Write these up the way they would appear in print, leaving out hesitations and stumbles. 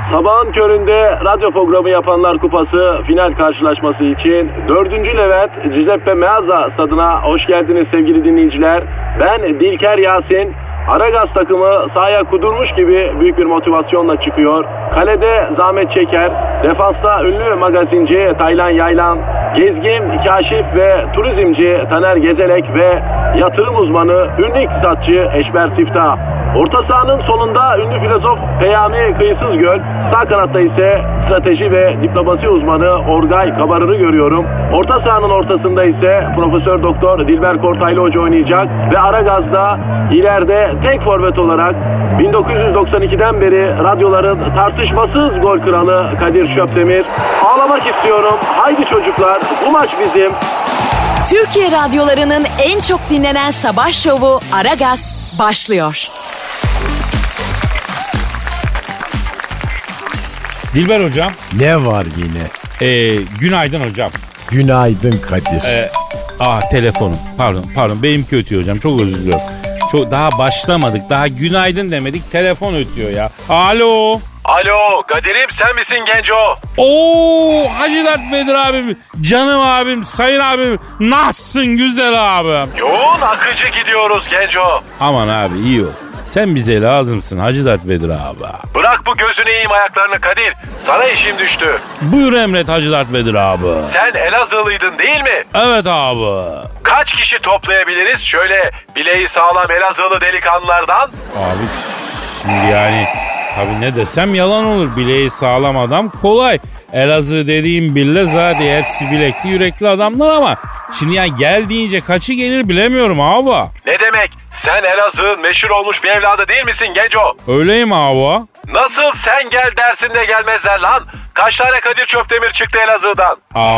Sabahın köründe radyo programı yapanlar kupası final karşılaşması için 4. Levent Giuseppe Meazza stadına hoş geldiniz sevgili dinleyiciler. Ben Dilker Yasin. Aragaz takımı sahaya kudurmuş gibi büyük bir motivasyonla çıkıyor. Kalede Zahmet Çeker, defansta ünlü magazinci Taylan Yaylan, gezgin, kaşif ve turizmci Taner Gezelek ve yatırım uzmanı ünlü iktisatçı Eşber Siftah. Orta sahanın solunda ünlü filozof Peyami Kıyısızgöl, sağ kanatta ise strateji ve diplomasi uzmanı Orgay Kabarır'ı görüyorum. Orta sahanın ortasında ise Profesör Doktor Dilber Kortaylı Hoca oynayacak ve Aragaz'da ileride tek forvet olarak 1992'den beri radyoların tartışmasız gol kralı Kadir Şöpdemir. Ağlamak istiyorum. Haydi çocuklar, bu maç bizim. Türkiye radyolarının en çok dinlenen sabah şovu Aragaz başlıyor. Dilber hocam. Ne var yine? Günaydın hocam. Günaydın Kadir. Telefonum. Pardon. Benimki ötüyor hocam. Çok özür diliyorum. Daha başlamadık. Daha günaydın demedik. Telefon ötüyor ya. Alo. Alo Kadir'im, sen misin genco? Hacı Dert Vedir abim. Canım abim. Sayın abim. Nasılsın güzel abim? Yoğun akıcı gidiyoruz genco. Aman abi iyi ol. Sen bize lazımsın Hacı Dert Vedir abi. Bırak bu gözünü yiyeyim ayaklarını Kadir. Sana işim düştü. Buyur emret Hacı Dert Vedir abi. Sen Elazığlıydın değil mi? Evet abi. Kaç kişi toplayabiliriz şöyle bileği sağlam Elazığlı delikanlılardan? Abi şimdi yani tabii ne desem yalan olur. Bileği sağlam adam kolay. Elazığ dediğim bile zaten hepsi bilekli yürekli adamlar ama şimdi yani gel deyince kaçı gelir bilemiyorum abi. Ne demek? Sen Elazığ'ın meşhur olmuş bir evladı değil misin genco? Öyleyim abi. Nasıl sen gel dersin de gelmezler lan? Kaç tane Kadir Çöpdemir çıktı Elazığ'dan?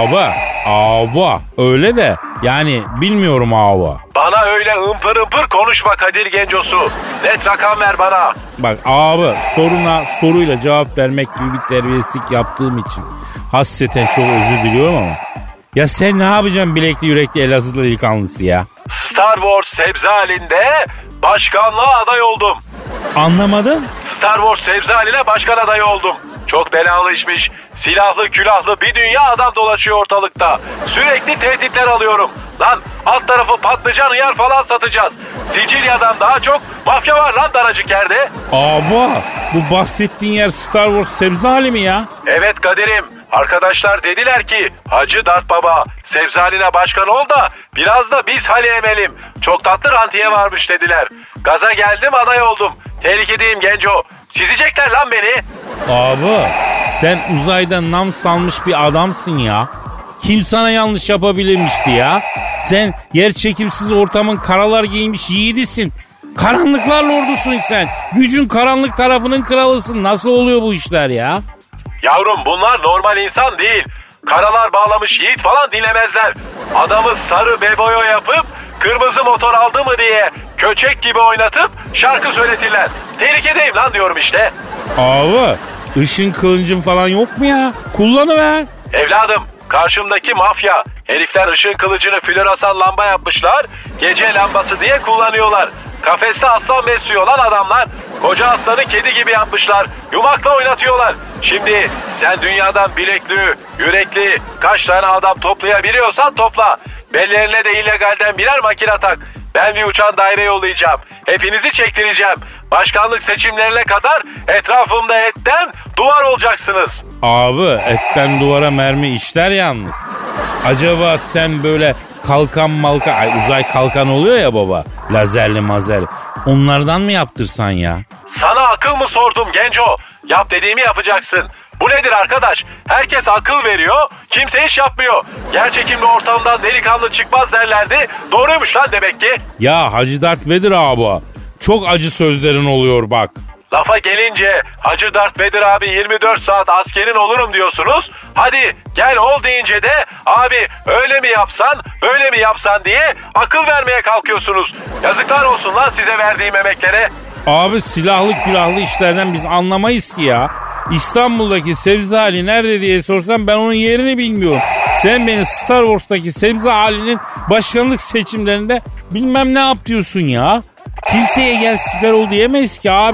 Abi öyle de yani bilmiyorum abi. Bana öyle ımpır konuşma Kadir gencosu. Net rakam ver bana. Bak abi soruyla cevap vermek gibi bir terbiyesizlik yaptığım için hasreten çok özür diliyorum ama. Ya sen ne yapacaksın bilekli yürekli Elazığlı delikanlısı ya? Star Wars sebze halinde başkanlığa aday oldum. Anlamadım. Star Wars sebze haline başkan adayı oldum. Çok belalı işmiş. Silahlı külahlı bir dünya adam dolaşıyor ortalıkta. Sürekli tehditler alıyorum. Lan alt tarafı patlıcan hıyar falan satacağız. Sicilya'dan daha çok mafya var lan daracık yerde. Abi bu bahsettiğin yer Star Wars sebze hali mi ya? Evet Kadir'im. Arkadaşlar dediler ki Hacı Dert Baba sebze haline başkan ol da biraz da biz hali emelim. Çok tatlı rantiye varmış dediler. Gaza geldim aday oldum. Tehlikedeyim genco. Çizecekler lan beni. Abi sen uzayda nam salmış bir adamsın ya. Kim sana yanlış yapabilirmişti ya? Sen yer çekimsiz ortamın karalar giymiş yiğidisin. Karanlıklar lordusun sen. Gücün karanlık tarafının kralısın. Nasıl oluyor bu işler ya? Yavrum bunlar normal insan değil. Karalar bağlamış yiğit falan dinlemezler. Adamı sarı beboyo yapıp kırmızı motor aldı mı diye köçek gibi oynatıp şarkı söyletirler. Tehlikedeyim lan diyorum işte. Abi ışın kılıncın falan yok mu ya? Kullanıver. Evladım karşımdaki mafya. Herifler ışın kılıcını floresan lamba yapmışlar. Gece lambası diye kullanıyorlar. Kafeste aslan besliyor lan adamlar. Koca aslanı kedi gibi yapmışlar. Yumakla oynatıyorlar. Şimdi sen dünyadan bilekli, yürekli kaç tane adam toplayabiliyorsan topla. Bellerine de illegalden birer makine tak. Ben bir uçan daire yollayacağım. Hepinizi çektireceğim. Başkanlık seçimlerine kadar etrafımda etten duvar olacaksınız. Abi etten duvara mermi işler yalnız. Acaba sen böyle kalkan uzay kalkan oluyor ya baba. Lazerli mazerli. Onlardan mı yaptırsan ya? Sana akıl mı sordum genco? Yap dediğimi yapacaksın. Bu nedir arkadaş? Herkes akıl veriyor, kimse iş yapmıyor. Yerçekimli ortamdan delikanlı çıkmaz derlerdi. Doğruymuş lan demek ki. Ya Hacı Dert Vedir abi. Çok acı sözlerin oluyor bak. Lafa gelince Hacı Dert Vedir abi 24 saat askerin olurum diyorsunuz. Hadi gel ol deyince de abi öyle mi yapsan böyle mi yapsan diye akıl vermeye kalkıyorsunuz. Yazıklar olsun lan size verdiğim emeklere. Abi silahlı külahlı işlerden biz anlamayız ki ya. İstanbul'daki sebze hali nerede diye sorsam ben onun yerini bilmiyorum. Sen beni Star Wars'taki sebze halinin başkanlık seçimlerinde bilmem ne yap diyorsun ya. Kimseye gel süper ol diyemeyiz ki abi.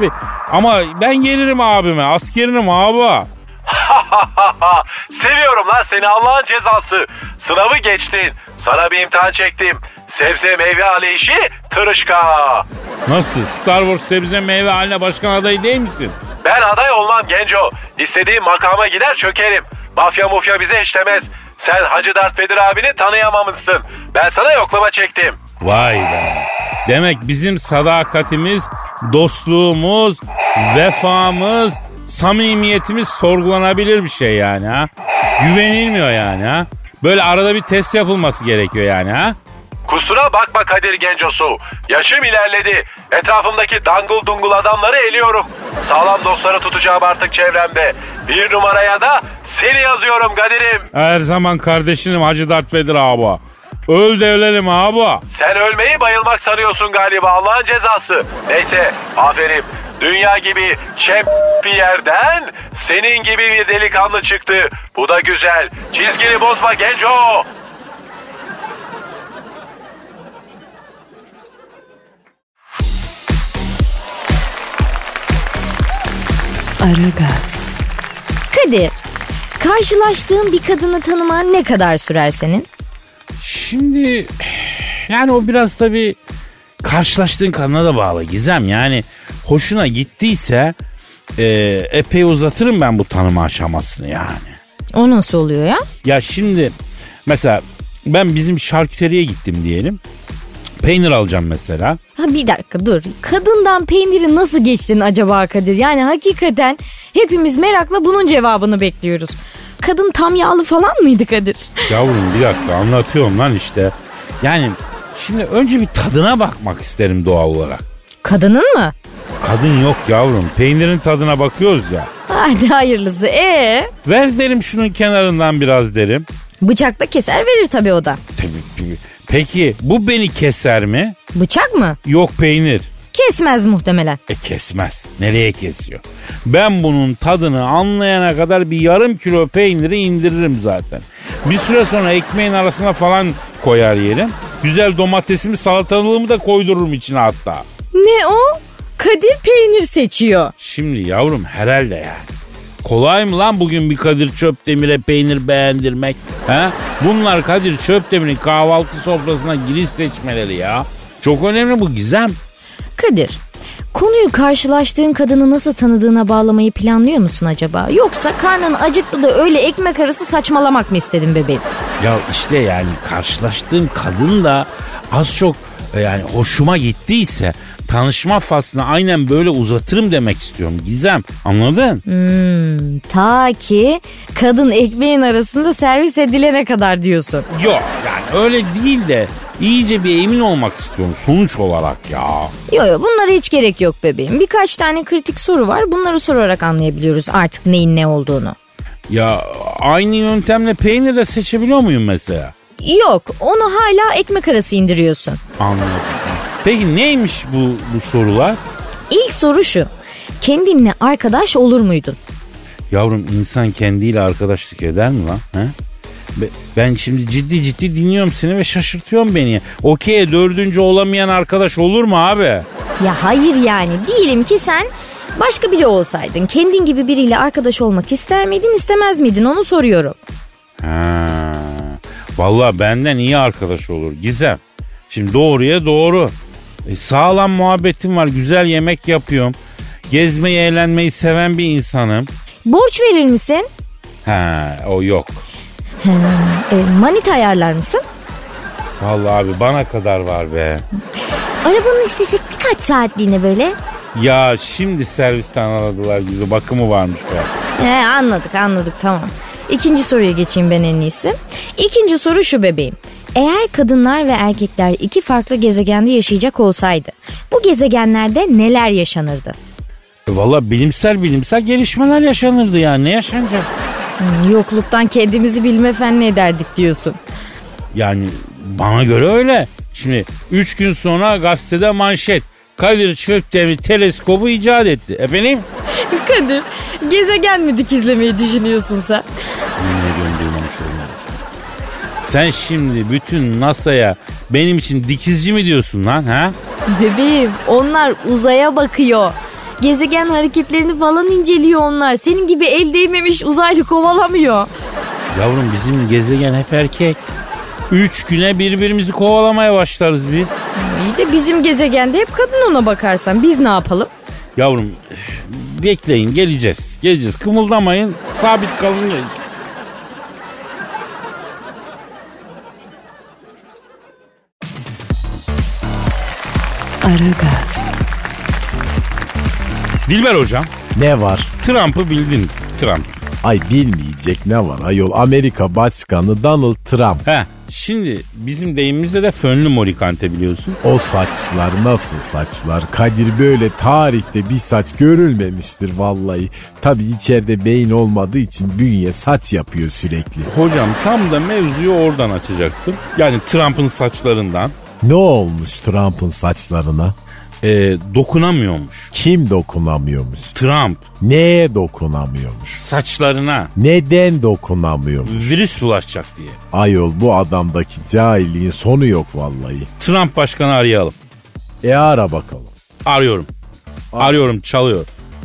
Ama ben gelirim abime. Askerinim abi. Seviyorum lan seni Allah'ın cezası. Sınavı geçtin. Sana bir imtihan çektim. Sebze meyve aleyhişi tırışka. Nasıl? Star Wars sebze meyve haline başkan adayı değil misin? Ben aday olmam genco. İstediğim makama gider çökerim. Mafya mufya bize işlemez. Sen Hacı Darth Vader abini tanıyamamışsın. Ben sana yoklama çektim. Vay be. Demek bizim sadakatimiz, dostluğumuz, vefamız, samimiyetimiz sorgulanabilir bir şey yani ha. Güvenilmiyor yani ha. Böyle arada bir test yapılması gerekiyor yani ha. Kusura bakma Kadir gencosu. Yaşım ilerledi. Etrafımdaki dangul dungul adamları eliyorum. Sağlam dostları tutacağım artık çevremde. 1 numaraya da seni yazıyorum Kadir'im. Her zaman kardeşinim Hacı Darth Vader abi. Öl de ölelim abi. Sen ölmeyi bayılmak sanıyorsun galiba Allah'ın cezası. Neyse aferin. Dünya gibi bir yerden senin gibi bir delikanlı çıktı. Bu da güzel. Çizgini bozma genco. Aragaz. Kadir, karşılaştığın bir kadını tanıman ne kadar sürer senin? Şimdi yani o biraz tabii karşılaştığın kadına da bağlı Gizem. Yani hoşuna gittiyse epey uzatırım ben bu tanıma aşamasını yani. O nasıl oluyor ya? Ya şimdi mesela ben bizim şarküteriye gittim diyelim. Peynir alacağım mesela. Ha bir dakika dur. Kadından peyniri nasıl geçtin acaba Kadir? Yani hakikaten hepimiz merakla bunun cevabını bekliyoruz. Kadın tam yağlı falan mıydı Kadir? Yavrum bir dakika anlatıyorum lan işte. Yani şimdi önce bir tadına bakmak isterim doğal olarak. Kadının mı? Kadın yok yavrum. Peynirin tadına bakıyoruz ya. Hadi hayırlısı. Ver derim şunun kenarından biraz derim. Bıçakla keser verir tabii o da. Tabii. Peki bu beni keser mi? Bıçak mı? Yok peynir. Kesmez muhtemelen. Kesmez. Nereye kesiyor? Ben bunun tadını anlayana kadar bir yarım kilo peyniri indiririm zaten. Bir süre sonra ekmeğin arasına falan koyar yerim. Güzel domatesimi salatalığımı da koydururum içine hatta. Ne o? Kadir peynir seçiyor. Şimdi yavrum herhalde yani. Kolay mı lan bugün bir Kadir Çöpdemir'e peynir beğendirmek? He? Bunlar Kadir Çöpdemir'in kahvaltı sofrasına giriş seçmeleri ya. Çok önemli bu Gizem. Kadir, konuyu karşılaştığın kadını nasıl tanıdığına bağlamayı planlıyor musun acaba? Yoksa karnın acıktı da öyle ekmek arası saçmalamak mı istedin bebeğim? Ya işte yani karşılaştığım kadın da az çok yani hoşuma gittiyse tanışma faslını aynen böyle uzatırım demek istiyorum Gizem. Anladın? Ta ki kadın ekmeğin arasında servis edilene kadar diyorsun. Yok yani öyle değil de iyice bir emin olmak istiyorum sonuç olarak ya. Yok bunlara hiç gerek yok bebeğim. Birkaç tane kritik soru var. Bunları sorarak anlayabiliyoruz artık neyin ne olduğunu. Ya aynı yöntemle peynir de seçebiliyor muyum mesela? Yok onu hala ekmek arası indiriyorsun. Anladım. Peki neymiş bu sorular? İlk soru şu. Kendinle arkadaş olur muydun? Yavrum insan kendiyle arkadaşlık eder mi lan? He? Ben şimdi ciddi dinliyorum seni ve şaşırtıyorum beni. Okey 4. olamayan arkadaş olur mu abi? Ya hayır yani diyelim ki sen başka biri olsaydın. Kendin gibi biriyle arkadaş olmak ister miydin istemez miydin onu soruyorum. Ha. Vallahi benden iyi arkadaş olur Gizem. Şimdi doğruya doğru. Sağlam muhabbetim var, güzel yemek yapıyorum. Gezmeyi, eğlenmeyi seven bir insanım. Borç verir misin? Ha, o yok. Manita ayarlar mısın? Vallahi abi bana kadar var be. Arabanın istesek birkaç saatliğine böyle. Ya şimdi servisten aradılar gibi bakımı varmış be. Anladık tamam. İkinci soruya geçeyim ben en iyisi. İkinci soru şu bebeğim. Eğer kadınlar ve erkekler iki farklı gezegende yaşayacak olsaydı bu gezegenlerde neler yaşanırdı? Vallahi bilimsel gelişmeler yaşanırdı yani ne yaşanacak? Yokluktan kendimizi bilme fenni ederdik diyorsun. Yani bana göre öyle. Şimdi 3 gün sonra gazetede manşet. Kadir Çöpdemir teleskobu icat etti. Efendim? Kadir gezegen mi dikizlemeyi düşünüyorsun sen? Yemin ediyorum duymamış olmalısın. Sen şimdi bütün NASA'ya benim için dikizci mi diyorsun lan ha? Bebeğim onlar uzaya bakıyor. Gezegen hareketlerini falan inceliyor onlar. Senin gibi el değmemiş uzaylı kovalamıyor. Yavrum bizim gezegen hep erkek. 3 güne birbirimizi kovalamaya başlarız biz. İyi de bizim gezegende hep kadın ona bakarsan. Biz ne yapalım? Yavrum bekleyin geleceğiz. Geleceğiz. Kımıldamayın. Sabit kalın geleceğiz. Aragaz. Dilber hocam. Ne var? Trump'ı bildin. Trump. Ay bilmeyecek ne var ayol, Amerika Başkanı Donald Trump. Şimdi bizim deyimimizde de fönlü morikante biliyorsun. O saçlar nasıl saçlar? Kadir, böyle tarihte bir saç görülmemiştir vallahi. Tabii içeride beyin olmadığı için bünye saç yapıyor sürekli. Hocam tam da mevzuyu oradan açacaktım. Yani Trump'ın saçlarından. Ne olmuş Trump'ın saçlarına? Dokunamıyormuş. Kim dokunamıyormuş? Trump. Neye dokunamıyormuş? Saçlarına. Neden dokunamıyormuş? Virüs bulaşacak diye. Ayol, bu adamdaki cahilliğin sonu yok vallahi. Trump başkanı arayalım. Ara bakalım. Arıyorum. Arıyorum, çalıyor.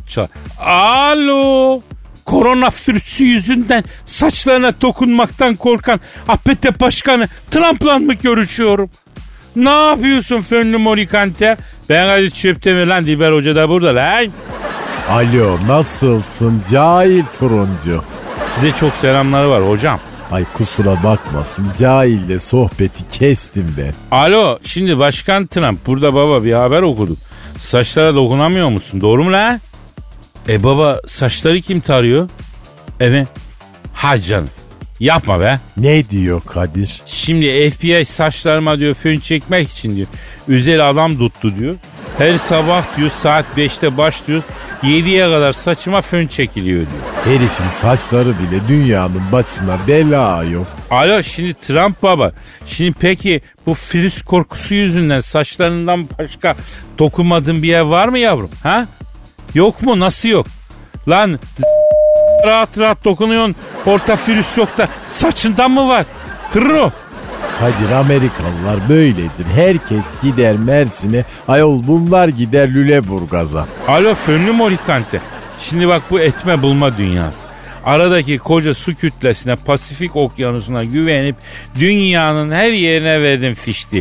Alo. Koronavirüsü yüzünden saçlarına dokunmaktan korkan APT Başkanı Trump'la mı görüşüyorum? Ne yapıyorsun fönlü morikante? Ben hadi çöpte lan, Dilber Hoca da burada lan. Alo, nasılsın cahil turuncu? Size çok selamları var hocam. Ay kusura bakmasın, cahille sohbeti kestim ben. Alo, şimdi Başkan Trump burada baba, bir haber okuduk. Saçlara dokunamıyor musun, doğru mu lan? Baba saçları kim tarıyor? Evet. Ha canım. Yapma be. Ne diyor Kadir? Şimdi FBI saçlarıma diyor fön çekmek için diyor üzeri adam tuttu diyor. Her sabah diyor saat 5'te başlıyor, 7'ye kadar saçıma fön çekiliyor diyor. Herifin saçları bile dünyanın başına bela yok. Alo, şimdi Trump baba. Şimdi peki bu virüs korkusu yüzünden saçlarından başka dokunmadığın bir yer var mı yavrum? Ha? Yok mu? Nasıl yok? Lan rahat rahat dokunuyorsun. Orta virüs yok da saçından mı var? Tırro. Kadir, Amerikalılar böyledir. Herkes gider Mersin'e. Ayol bunlar gider Lüleburgaz'a. Alo fönlü morikante. Şimdi bak, bu etme bulma dünyası. Aradaki koca su kütlesine, Pasifik okyanusuna güvenip dünyanın her yerine verdim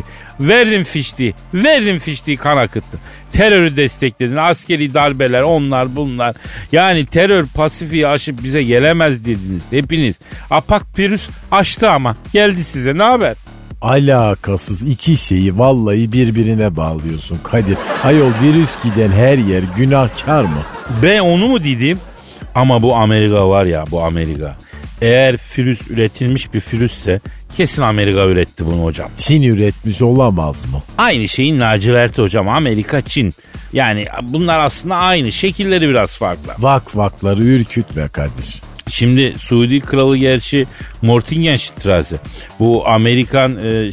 fişti, kan akıttın. Terörü destekledin, askeri darbeler, onlar bunlar. Yani terör Pasifik'i aşıp bize gelemez dediniz hepiniz. Apak virüs aştı ama geldi size, ne haber? Alakasız iki şeyi vallahi birbirine bağlıyorsun Kadir. Ayol, virüs giden her yer günahkar mı? Ben onu mu dedim? Ama bu Amerika var ya, bu Amerika. Eğer virüs üretilmiş bir virüsse kesin Amerika üretti bunu hocam. Çin üretmiş olamaz mı? Aynı şeyin laciverti hocam, Amerika, Çin. Yani bunlar aslında aynı, şekilleri biraz farklı. Vakları ürkütme Kadir. Şimdi Suudi kralı gerçi Mortingenstrasse, bu Amerikan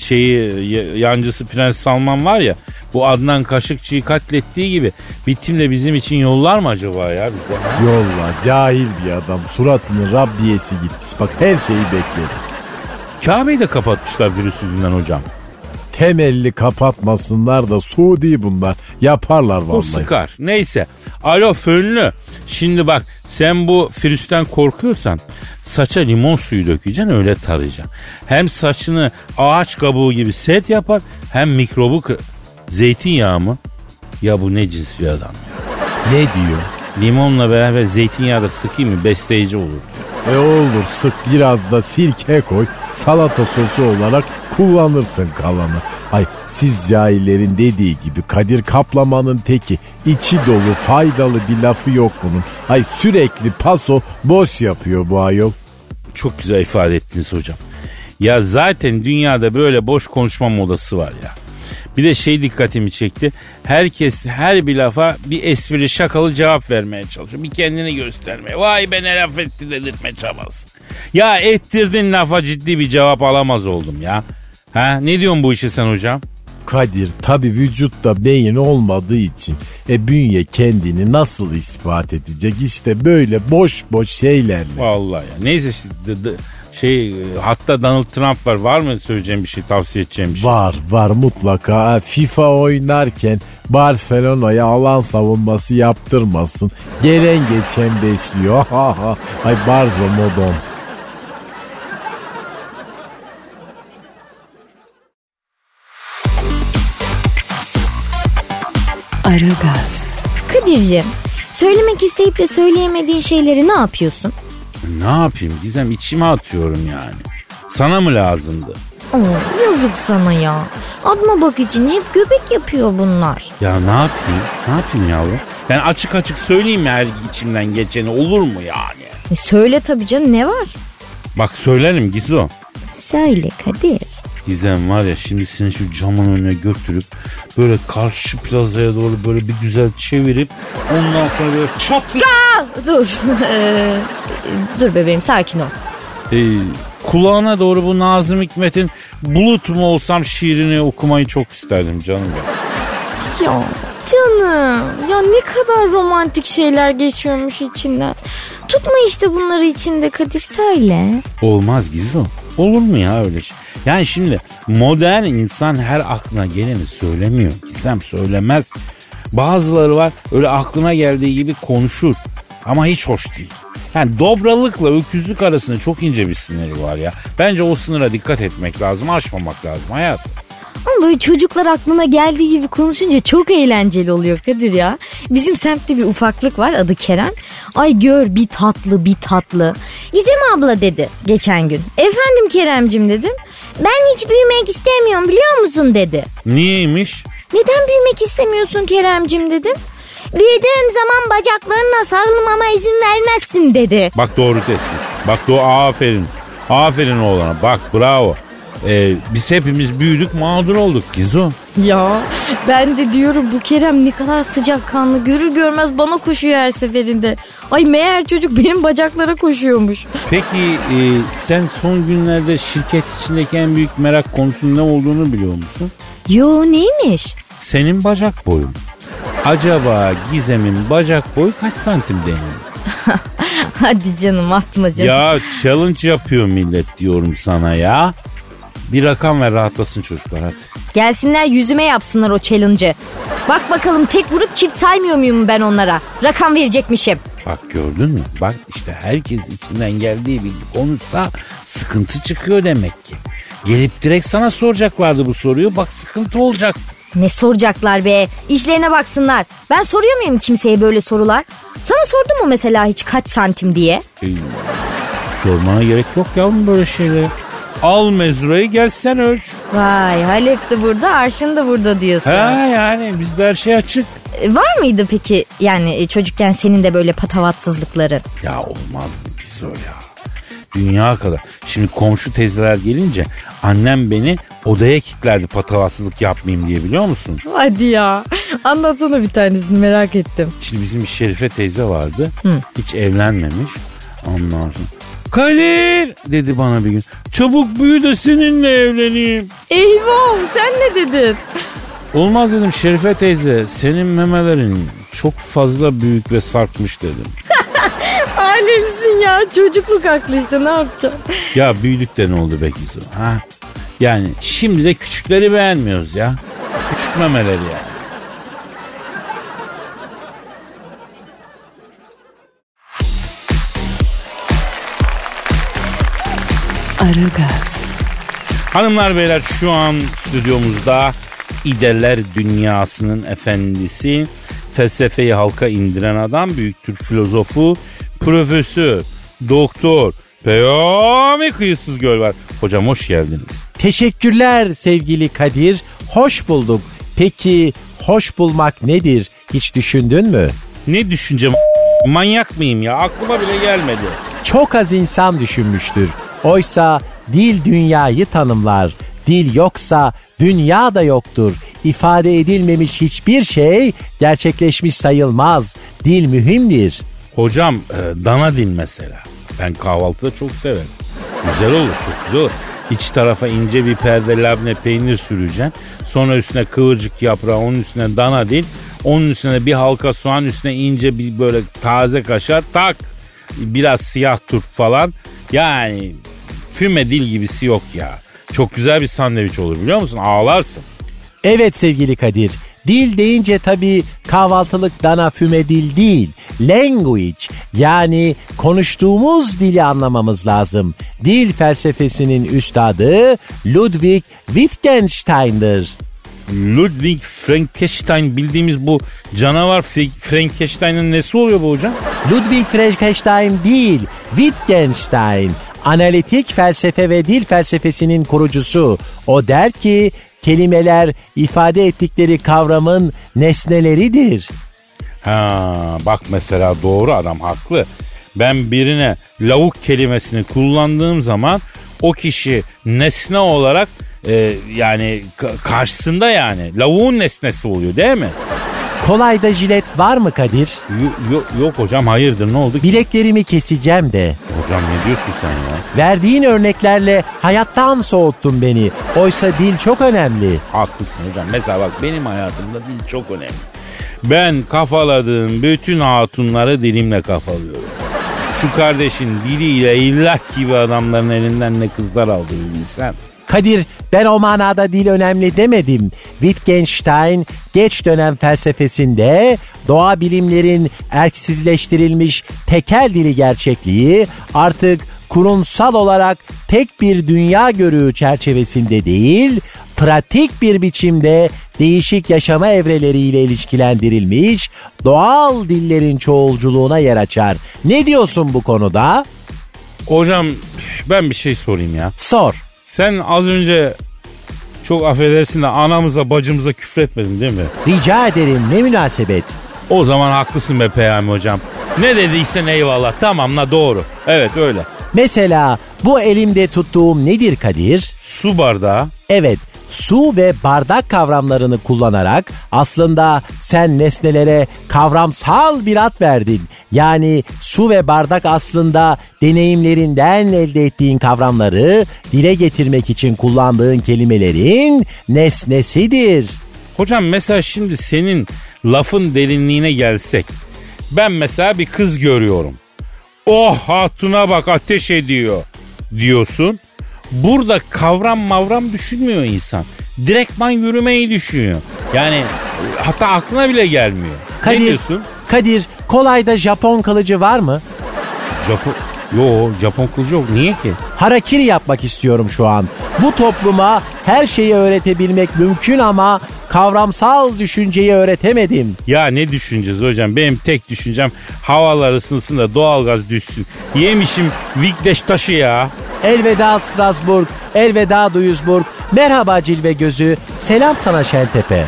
yancısı Prens Salman var ya, bu Adnan Kaşıkçı'yı katlettiği gibi bitim de bizim için yollar mı acaba ya bize? Yolla, cahil bir adam, suratının Rabbiyesi gitmiş, bak her şeyi bekledim. Kabe'yi de kapatmışlar virüs yüzünden hocam. Temelli kapatmasınlar da Suudi bunlar, yaparlar vallahi. Bu sıkar. Neyse. Alo fönlü. Şimdi bak, sen bu virüsten korkuyorsan saça limon suyu dökeceksin, öyle tarayacaksın. Hem saçını ağaç kabuğu gibi sert yapar, hem mikrobu zeytinyağı mı? Ya bu ne cins bir adam ya. Ne diyor? Limonla beraber zeytinyağı da sıkayım mı, besleyici olur. Olur, sık, biraz da sirke koy, salata sosu olarak kullanırsın kalanı. Ay, siz cahillerin dediği gibi Kadir kaplamanın teki, içi dolu faydalı bir lafı yok bunun. Ay, sürekli paso boş yapıyor bu ayol. Çok güzel ifade ettiniz hocam. Ya zaten dünyada böyle boş konuşma modası var ya. Bir de dikkatimi çekti. Herkes her bir lafa bir esprili şakalı cevap vermeye çalışıyor. Bir kendini göstermeye. Vay be ne laf etti dedirtme çabası. Ya ettirdin lafa, ciddi bir cevap alamaz oldum ya. Ha, ne diyorsun bu işe sen hocam? Kadir, tabi vücutta beyin olmadığı için bünye kendini nasıl ispat edecek, işte böyle boş şeylerle. Vallahi ya. Neyse Hatta Donald Trump var. Var mı söyleyeceğim bir şey, tavsiye edeceğim bir şey? Var mutlaka. FIFA oynarken Barcelona'ya alan savunması yaptırmasın. Gelen geçen besliyor. Ay Barzo modon. Aragaz. Kadir'ciğim, söylemek isteyip de söyleyemediğin şeyleri ne yapıyorsun? Ne yapayım Gizem, içime atıyorum yani. Sana mı lazımdı? Yazık sana ya. Adıma bak için hep göbek yapıyor bunlar. Ya ne yapayım? Ne yapayım yavrum? Ben açık açık söyleyeyim mi her içimden geçeni, olur mu yani? Söyle tabii canım, ne var? Bak söylerim Gizo. Söyle Kadir. Gizem var ya, şimdi seni şu camın önüne götürüp böyle karşı plazaya doğru böyle bir güzel çevirip ondan sonra böyle çatla... Dur. Dur bebeğim, sakin ol. Kulağına doğru bu Nazım Hikmet'in "Bulut mu olsam" şiirini okumayı çok isterdim canım ya. Ya canım, ya ne kadar romantik şeyler geçiyormuş içinden. Tutma işte bunları içinde Kadir, söyle. Olmaz Gizo. Olur mu ya öyle şey? Yani şimdi modern insan her aklına geleni söylemiyor. Gizem, söylemez. Bazıları var öyle aklına geldiği gibi konuşur. Ama hiç hoş değil. Yani dobralıkla öküzlük arasında çok ince bir sınırı var ya. Bence o sınıra dikkat etmek lazım, aşmamak lazım hayatım. Ama böyle çocuklar aklına geldiği gibi konuşunca çok eğlenceli oluyor Kadir ya. Bizim semtte bir ufaklık var, adı Kerem. Ay gör bir tatlı. Gizem abla dedi geçen gün. Efendim Keremcim dedim. Ben hiç büyümek istemiyorum biliyor musun dedi. Niyeymiş? Neden büyümek istemiyorsun Keremcim dedim. Büyüdüğüm zaman bacaklarına sarılmama izin vermezsin dedi. Bak doğru tespit. Bak doğru, aferin. Aferin oğlana, bak bravo. Biz hepimiz büyüdük, mağdur olduk Gizo. Ya ben de diyorum bu Kerem ne kadar sıcakkanlı, görür görmez bana koşuyor her seferinde. Ay meğer çocuk benim bacaklara koşuyormuş. Peki sen son günlerde şirket içindeki en büyük merak konusunun ne olduğunu biliyor musun? Yo, neymiş? Senin bacak boyun. Acaba Gizem'in bacak boyu kaç santim deniyor? Hadi canım, atma canım. Ya challenge yapıyor millet diyorum sana ya. Bir rakam ver, rahatlasın çocuklar hadi. Gelsinler yüzüme yapsınlar o challenge'ı. Bak bakalım tek vurup çift saymıyor muyum ben onlara? Rakam verecekmişim. Bak gördün mü? Bak işte herkes içinden geldiği bir konuşsa sıkıntı çıkıyor demek ki. Gelip direkt sana soracaklardı bu soruyu. Bak sıkıntı olacak. Ne soracaklar be? İşlerine baksınlar. Ben soruyor muyum kimseye böyle sorular? Sana sordum mu mesela hiç kaç santim diye? Sormana gerek yok yavrum böyle şeyleri. Al mezurayı, gel sen ölç. Vay, Halep de burada, Arşın da burada diyorsun. Ha yani bizde her şey açık. Var mıydı peki yani çocukken senin de böyle patavatsızlıkların? Ya olmaz mı biz o ya? Dünya kadar. Şimdi komşu teyzeler gelince annem beni odaya kilitlerdi patavatsızlık yapmayayım diye, biliyor musun? Hadi ya. Anlatsana bir tanesini, merak ettim. Şimdi bizim bir Şerife teyze vardı. Hı. Hiç evlenmemiş. Ondan sonra Kadir dedi bana bir gün. Çabuk büyü de seninle evleneyim. Eyvah, sen ne dedin? Olmaz dedim Şerife teyze. Senin memelerin çok fazla büyük ve sarkmış dedim. Alemsin ya, çocukluk aklı işte, ne yapacağım? Ya büyüdük de ne oldu be Gizo? Ha? Yani şimdi de küçükleri beğenmiyoruz ya. Küçük memeleri yani. Aragaz. Hanımlar beyler, şu an stüdyomuzda İdeler dünyasının efendisi, felsefeyi halka indiren adam, büyük Türk filozofu, profesör, doktor, Peyami Kıyısız Göl var. Hocam hoş geldiniz. Teşekkürler sevgili Kadir. Hoş bulduk. Peki hoş bulmak nedir? Hiç düşündün mü? Ne düşüneceğim? Manyak mıyım ya? Aklıma bile gelmedi. Çok az insan düşünmüştür. Oysa dil dünyayı tanımlar. Dil yoksa dünya da yoktur. İfade edilmemiş hiçbir şey gerçekleşmiş sayılmaz. Dil mühimdir. Hocam dana dil mesela. Ben kahvaltıda çok severim. Güzel olur, çok güzel olur. İç tarafa ince bir perde labne peynir süreceksin. Sonra üstüne kıvırcık yaprağı, onun üstüne dana dil. Onun üstüne bir halka soğan, üstüne ince bir böyle taze kaşar tak. Biraz siyah turp falan. Yani füme dil gibisi yok ya. Çok güzel bir sandviç olur biliyor musun? Ağlarsın. Evet sevgili Kadir. Dil deyince tabii kahvaltılık dana füme dil değil. Language, yani konuştuğumuz dili anlamamız lazım. Dil felsefesinin üstadı Ludwig Wittgenstein'dir. Ludwig Frankenstein, bildiğimiz bu canavar Frankenstein'ın nesi oluyor bu hocam? Ludwig Frankenstein değil, Wittgenstein. Analitik felsefe ve dil felsefesinin kurucusu. O der ki kelimeler ifade ettikleri kavramın nesneleridir. Ha, bak mesela doğru, adam haklı. Ben birine lavuk kelimesini kullandığım zaman o kişi nesne olarak yani karşısında, yani lavuğun nesnesi oluyor değil mi? Kolayda jilet var mı Kadir? Yok hocam, hayırdır, ne oldu ki? Bileklerimi keseceğim de. Hocam ne diyorsun sen ya? Verdiğin örneklerle hayattan soğuttun beni. Oysa dil çok önemli. Haklısın hocam. Mesela bak, benim hayatımda dil çok önemli. Ben kafaladığım bütün hatunları dilimle kafalıyorum. Şu kardeşin diliyle illak gibi adamların elinden ne kızlar aldığını bilsen. Kadir, ben o manada dil önemli demedim. Wittgenstein geç dönem felsefesinde doğa bilimlerin erksizleştirilmiş tekel dili gerçekliği artık kurumsal olarak tek bir dünya görüğü çerçevesinde değil, pratik bir biçimde değişik yaşama evreleriyle ilişkilendirilmiş doğal dillerin çoğulculuğuna yer açar. Ne diyorsun bu konuda? Hocam ben bir şey sorayım ya. Sor. Sen az önce, çok affedersin de, anamıza bacımıza küfretmedin değil mi? Rica ederim, ne münasebet. O zaman haklısın be Peyami hocam. Ne dediysen eyvallah, tamam la, doğru. Evet öyle. Mesela bu elimde tuttuğum nedir Kadir? Su bardağı. Evet, su ve bardak kavramlarını kullanarak aslında sen nesnelere kavramsal bir ad verdin. Yani su ve bardak aslında deneyimlerinden elde ettiğin kavramları dile getirmek için kullandığın kelimelerin nesnesidir. Hocam mesela şimdi senin lafın derinliğine gelsek. Ben mesela bir kız görüyorum. Oh hatuna bak, ateş ediyor diyorsun. Burada kavram mavram düşünmüyor insan. Direktman yürümeyi düşünüyor. Yani hatta aklına bile gelmiyor. Ne diyorsun? Kadir, kolayda Japon kılıcı var mı? Japon kılıcı yok. Niye ki? Harakiri yapmak istiyorum şu an. Bu topluma her şeyi öğretebilmek mümkün ama kavramsal düşünceyi öğretemedim. Ya ne düşüneceğiz hocam? Benim tek düşüncem havalar ısınsın da doğalgaz düşsün. Yemişim Vikdeş taşı ya. Elveda Strasbourg, elveda Duisburg, merhaba Cilve Gözü, selam sana Şentepe.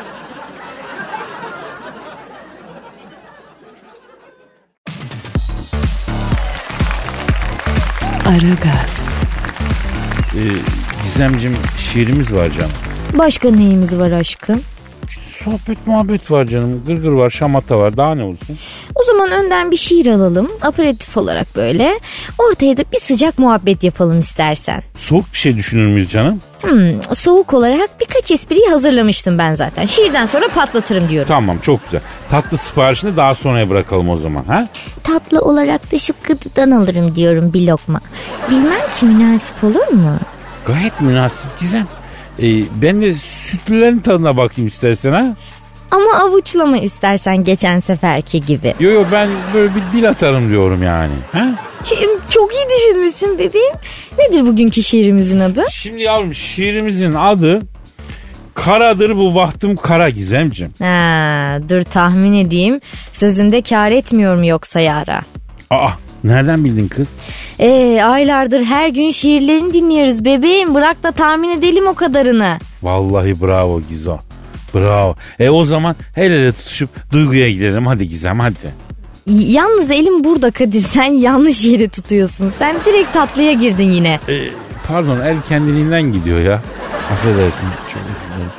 Aragaz. Gizemciğim, şiirimiz var canım. Başka neyimiz var aşkım? İşte sohbet muhabbet var canım. Gırgır var, şamata var. Daha ne olsun? O zaman önden bir şiir alalım. Aperatif olarak böyle. Ortaya da bir sıcak muhabbet yapalım istersen. Soğuk bir şey düşünür müyüz canım? Soğuk olarak birkaç espriyi hazırlamıştım ben zaten. Şiirden sonra patlatırım diyorum. Tamam, çok güzel. Tatlı siparişini daha sonraya bırakalım o zaman. Ha? Tatlı olarak da şu gıdıdan alırım diyorum bir lokma. Bilmem ki münasip olur mu? Gayet münasip Gizem. Ben de sütlülerin tadına bakayım istersen ha. Ama avuçlama istersen geçen seferki gibi. Yo ben böyle bir dil atarım diyorum yani. Ha? Çok iyi düşünmüşsün bebeğim. Nedir bugünkü şiirimizin adı? Şimdi yavrum, şiirimizin adı Karadır bu bahtım kara Gizemciğim. Dur tahmin edeyim. Sözünde kâr etmiyor mu yoksa yara? Nereden bildin kız? Aylardır her gün şiirlerini dinliyoruz bebeğim. Bırak da tahmin edelim o kadarını. Vallahi bravo Gizo. Bravo. O zaman el ele tutuşup duyguya girelim. Hadi Gizem hadi. Yalnız elim burada Kadir. Sen yanlış yeri tutuyorsun. Sen direkt tatlıya girdin yine. Pardon, el kendiliğinden gidiyor ya. Affedersin. Çok özür dilerim.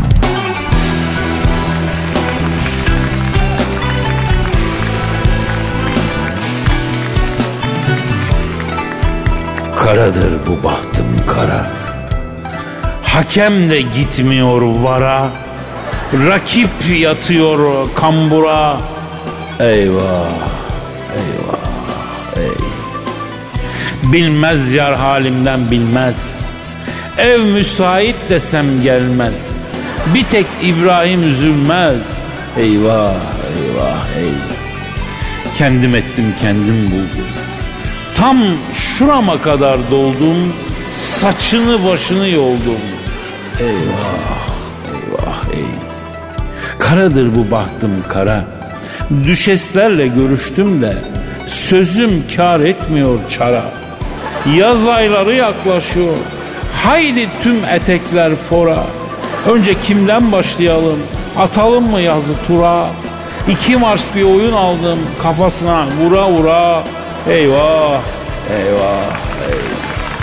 Karadır bu bahtım kara. Hakem de gitmiyor vara. Rakip yatıyor kambura. Eyvah, eyvah, ey. Bilmez yar halimden bilmez. Ev müsait desem gelmez. Bir tek İbrahim üzülmez. Eyvah eyvah eyvah. Kendim ettim kendim buldum. Tam şurama kadar doldum. Saçını başını yoldum. Eyvah eyvah eyvah. Karadır bu bahtım kara. Düşeslerle görüştüm de sözüm kâr etmiyor çara. Yaz ayları yaklaşıyor. Haydi tüm etekler fora. Önce kimden başlayalım? Atalım mı yazı tura? 2 Mars bir oyun aldım kafasına vura vura. Eyvah eyvah eyvah.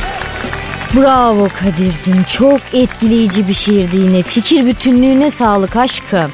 Bravo Kadir'cim, çok etkileyici bir şiirdi yine. Fikir bütünlüğüne sağlık aşkım.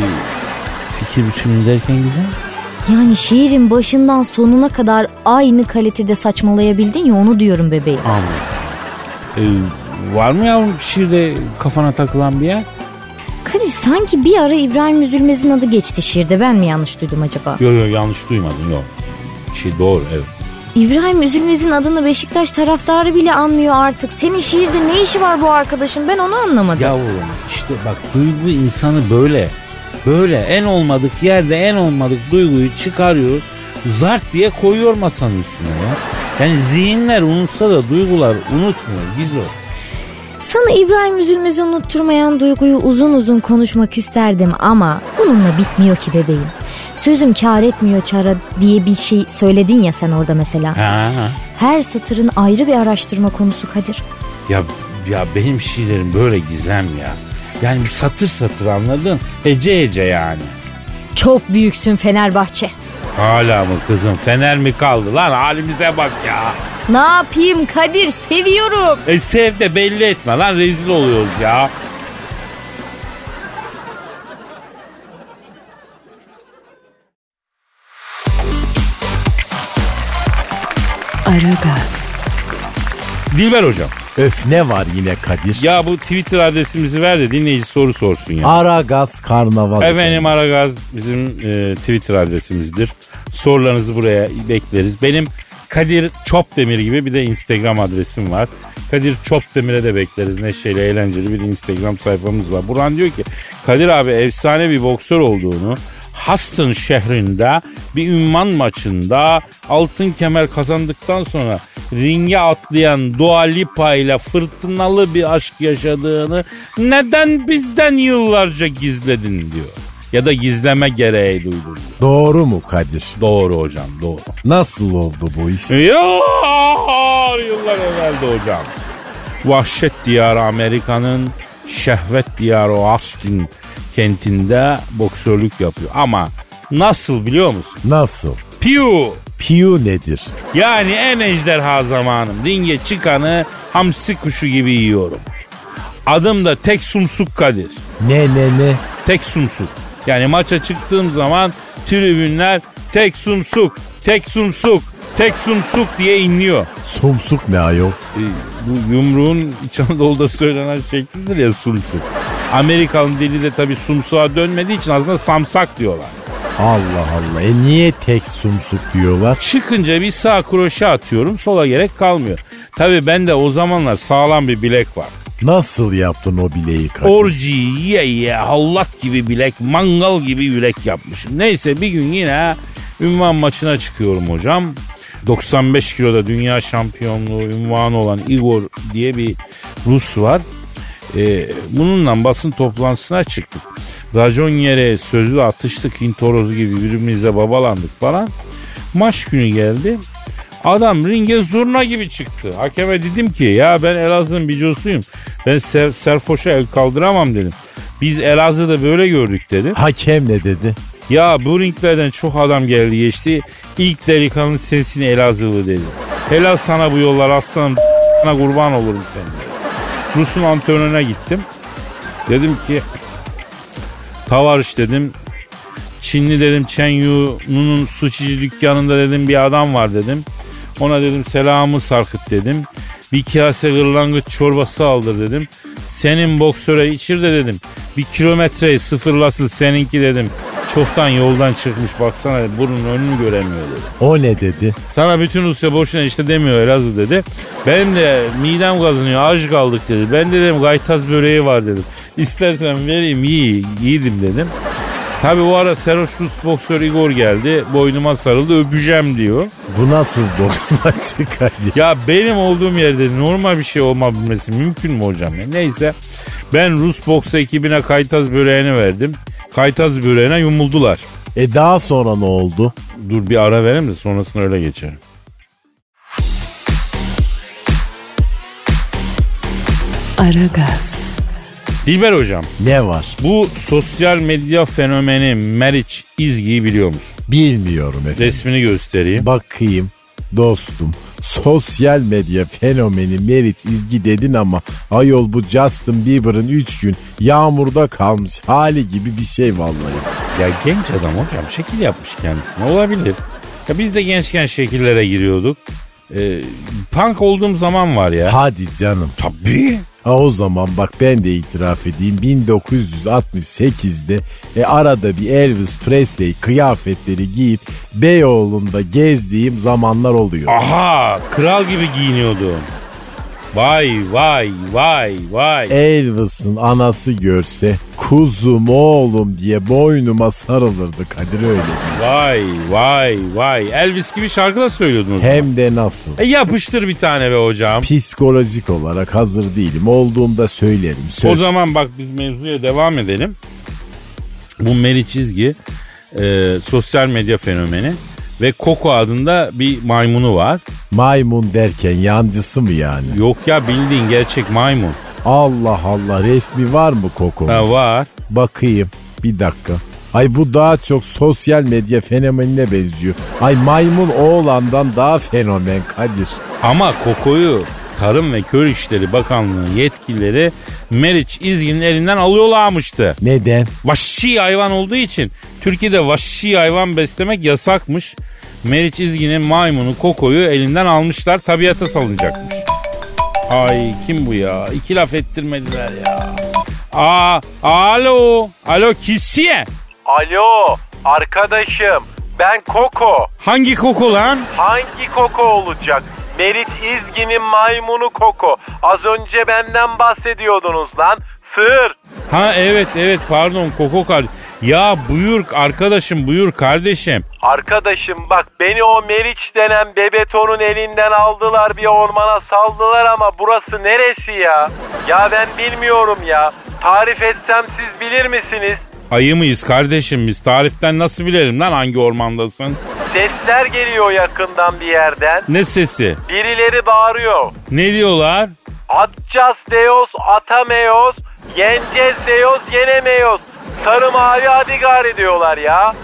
Fikir bütünlüğü derken güzel. Yani şiirin başından sonuna kadar aynı kalitede saçmalayabildin ya, onu diyorum bebeğim. Anladım. Var mı yavrum şiirde kafana takılan bir yer? Kadir, sanki bir ara İbrahim Üzülmez'in adı geçti şiirde, ben mi yanlış duydum acaba? Yok yanlış duymadım, yok. Doğru, evet. İbrahim Üzülmez'in adını Beşiktaş taraftarı bile anmıyor artık. Senin şiirde ne işi var bu arkadaşın, ben onu anlamadım. Yavrum işte bak, duygu insanı böyle en olmadık yerde en olmadık duyguyu çıkarıyor, zart diye koyuyor masanın üstüne ya. Yani zihinler unutsa da duygular unutmuyor Gizo. Sana İbrahim Üzülmez'i unutturmayan duyguyu uzun uzun konuşmak isterdim ama bununla bitmiyor ki bebeğim. Sözüm kâr etmiyor çara diye bir şey söyledin ya sen orada mesela. Ha. Her satırın ayrı bir araştırma konusu Kadir. Ya benim şiirlerim böyle Gizem ya. Yani bir satır satır, anladın? Ece yani. Çok büyüksün Fenerbahçe. Hala mı kızım? Fener mi kaldı lan? Halimize bak ya. Ne yapayım Kadir, seviyorum. Sev de belli etme lan, rezil oluyoruz ya. Aragaz. Dilber hocam. Öf, ne var yine Kadir? Ya bu Twitter adresimizi ver de dinleyici soru sorsun ya. Aragaz Karnaval. Efendim Aragaz bizim Twitter adresimizdir. Sorularınızı buraya bekleriz. Benim Kadir Çopdemir gibi bir de Instagram adresim var. Kadir Çopdemir'e de bekleriz. Neşeli, eğlenceli bir Instagram sayfamız var. Burhan diyor ki, Kadir abi efsane bir boksör olduğunu, Houston şehrinde bir ünvan maçında altın kemer kazandıktan sonra ringe atlayan Dua Lipa ile fırtınalı bir aşk yaşadığını neden bizden yıllarca gizledin diyor. Ya da gizleme gereği duydun. Doğru mu Kadir? Doğru hocam, doğru. Nasıl oldu bu iş? Yıllar evveldi hocam. Vahşet diyarı Amerika'nın şehvet diyarı Austin kentinde boksörlük yapıyor. Ama nasıl biliyor musun? Nasıl? Piu. Piu nedir? Yani en ejderha zamanım. Ringe çıkanı hamsi kuşu gibi yiyorum. Adım da tek sumsuk Kadir. Ne? Tek sumsuk. Yani maça çıktığım zaman tribünler tek sumsuk, tek sumsuk, tek sumsuk diye inliyor. Sumsuk ne ayol? Bu yumruğun İç Anadolu'da söylenen şeklidir ya, sumsuk. Amerikan dili de tabii sumsuğa dönmediği için aslında samsak diyorlar. Allah Allah. Niye tek sumsuk diyorlar? Çıkınca bir sağ kroşe atıyorum, sola gerek kalmıyor. Tabii bende o zamanlar sağlam bir bilek var. Nasıl yaptın o bileği Kadir? Orji ye hallat gibi bilek, mangal gibi yürek yapmışım. Neyse bir gün yine ünvan maçına çıkıyorum hocam. 95 kiloda dünya şampiyonluğu ünvanı olan Igor diye bir Rus var. Bununla basın toplantısına çıktık. Racon yere sözlü atıştık, hintorozu gibi birbirimize babalandık falan. Maç günü geldi. Adam ringe zurna gibi çıktı. Hakeme dedim ki, ya ben Elazığ'ın bicosuyum. Ben serfoşa el kaldıramam dedim. Biz Elazığ'da böyle gördük dedim. Hakem ne dedi? Ya bu ringlerden çok adam geldi geçti. İlk delikanlı sensin Elazığlı dedi. Helal sana bu yollar aslanım, kurban olurum senin. Rus'un antrenörüne gittim. Dedim ki, Tavarış dedim. Çinli dedim, Chen Yu'nun sushi dükkanında dedim bir adam var dedim. Ona dedim selamı sarkıt dedim. Bir kase kırlangıç çorbası aldır dedim. Senin boksöre içir de dedim. 1 kilometreyi sıfırlasın seninki dedim. çoktan yoldan çıkmış, baksana burnun önünü göremiyor dedi. O ne dedi? Sana bütün Rusya boşuna işte demiyor Elazığ dedi. Benim de midem kazınıyor, aç kaldık dedi. Ben de dedim Gaytaz böreği var dedim. İstersen vereyim, yedim dedim. Tabi o ara Seroş Rus boksör Igor geldi. Boynuma sarıldı, öpeceğim diyor. Bu nasıl boksmacı Kadir? Ya benim olduğum yerde normal bir şey olmabilmesi mümkün mü hocam? Ya? Neyse ben Rus boks ekibine Kaytaz böreğini verdim. Kaytaz böreğine yumuldular. Daha sonra ne oldu? Dur bir ara verelim de sonrasını öyle geçelim. Aragaz. Dilber hocam. Ne var? Bu sosyal medya fenomeni Meriç İzgi'yi biliyor musun? Bilmiyorum efendim. Resmini göstereyim. Bakayım dostum. Sosyal medya fenomeni Meriç İzgi dedin ama ayol bu Justin Bieber'ın 3 gün yağmurda kalmış hali gibi bir şey vallahi. Ya genç adam hocam, şekil yapmış kendisine, olabilir. Ya biz de gençken şekillere giriyorduk. Punk olduğum zaman var ya. Hadi canım. Tabii. O zaman bak ben de itiraf edeyim 1968'de arada bir Elvis Presley kıyafetleri giyip Beyoğlu'nda gezdiğim zamanlar oluyor. Aha, kral gibi giyiniyordum. Vay vay vay vay. Elvis'in anası görse kuzum oğlum diye boynuma sarılırdı Kadir, öyle değil. Vay vay vay. Elvis gibi şarkı da söylüyordun o zaman. Hem de nasıl? Yapıştır bir tane be hocam. Psikolojik olarak hazır değilim. Olduğumda söylerim. Söz. O zaman bak biz mevzuya devam edelim. Bu Meriç Çizgi sosyal medya fenomeni ve Koko adında bir maymunu var. Maymun derken yancısı mı yani? Yok ya, bildiğin gerçek maymun. Allah Allah, resmi var mı Koko'nun? Ha, var. Bakayım bir dakika. Ay bu daha çok sosyal medya fenomenine benziyor. Ay maymun oğlandan daha fenomen Kadir. Ama Koko'yu Tarım ve Köy İşleri Bakanlığı yetkilileri Meriç İzgi'nin elinden alıyorlarmıştı. Neden? Vahşi hayvan olduğu için Türkiye'de vahşi hayvan beslemek yasakmış. Meriç İzgi'nin maymunu Koko'yu elinden almışlar, tabiata salınacakmış. Ay kim bu ya? İki laf ettirmediler ya. Alo kisiye. Alo arkadaşım, ben Koko. Hangi Koko lan? Hangi Koko olacak? Meriç İzgi'nin maymunu Koko. Az önce benden bahsediyordunuz lan. Sığır. Ha evet pardon Koko kardeşim. Ya buyur arkadaşım, buyur kardeşim. Arkadaşım bak, beni o Meriç denen Bebeton'un elinden aldılar, bir ormana saldılar ama burası neresi ya? Ya ben bilmiyorum ya. Tarif etsem siz bilir misiniz? Ayı mıyız kardeşim biz? Tariften nasıl bilelim lan hangi ormandasın? Sesler geliyor yakından bir yerden. Ne sesi? Birileri bağırıyor. Ne diyorlar? Atacağız diyoruz, atamıyoruz. Yeneceğiz diyoruz, yenemeyoruz. Sarı mavi adigar ediyorlar ya.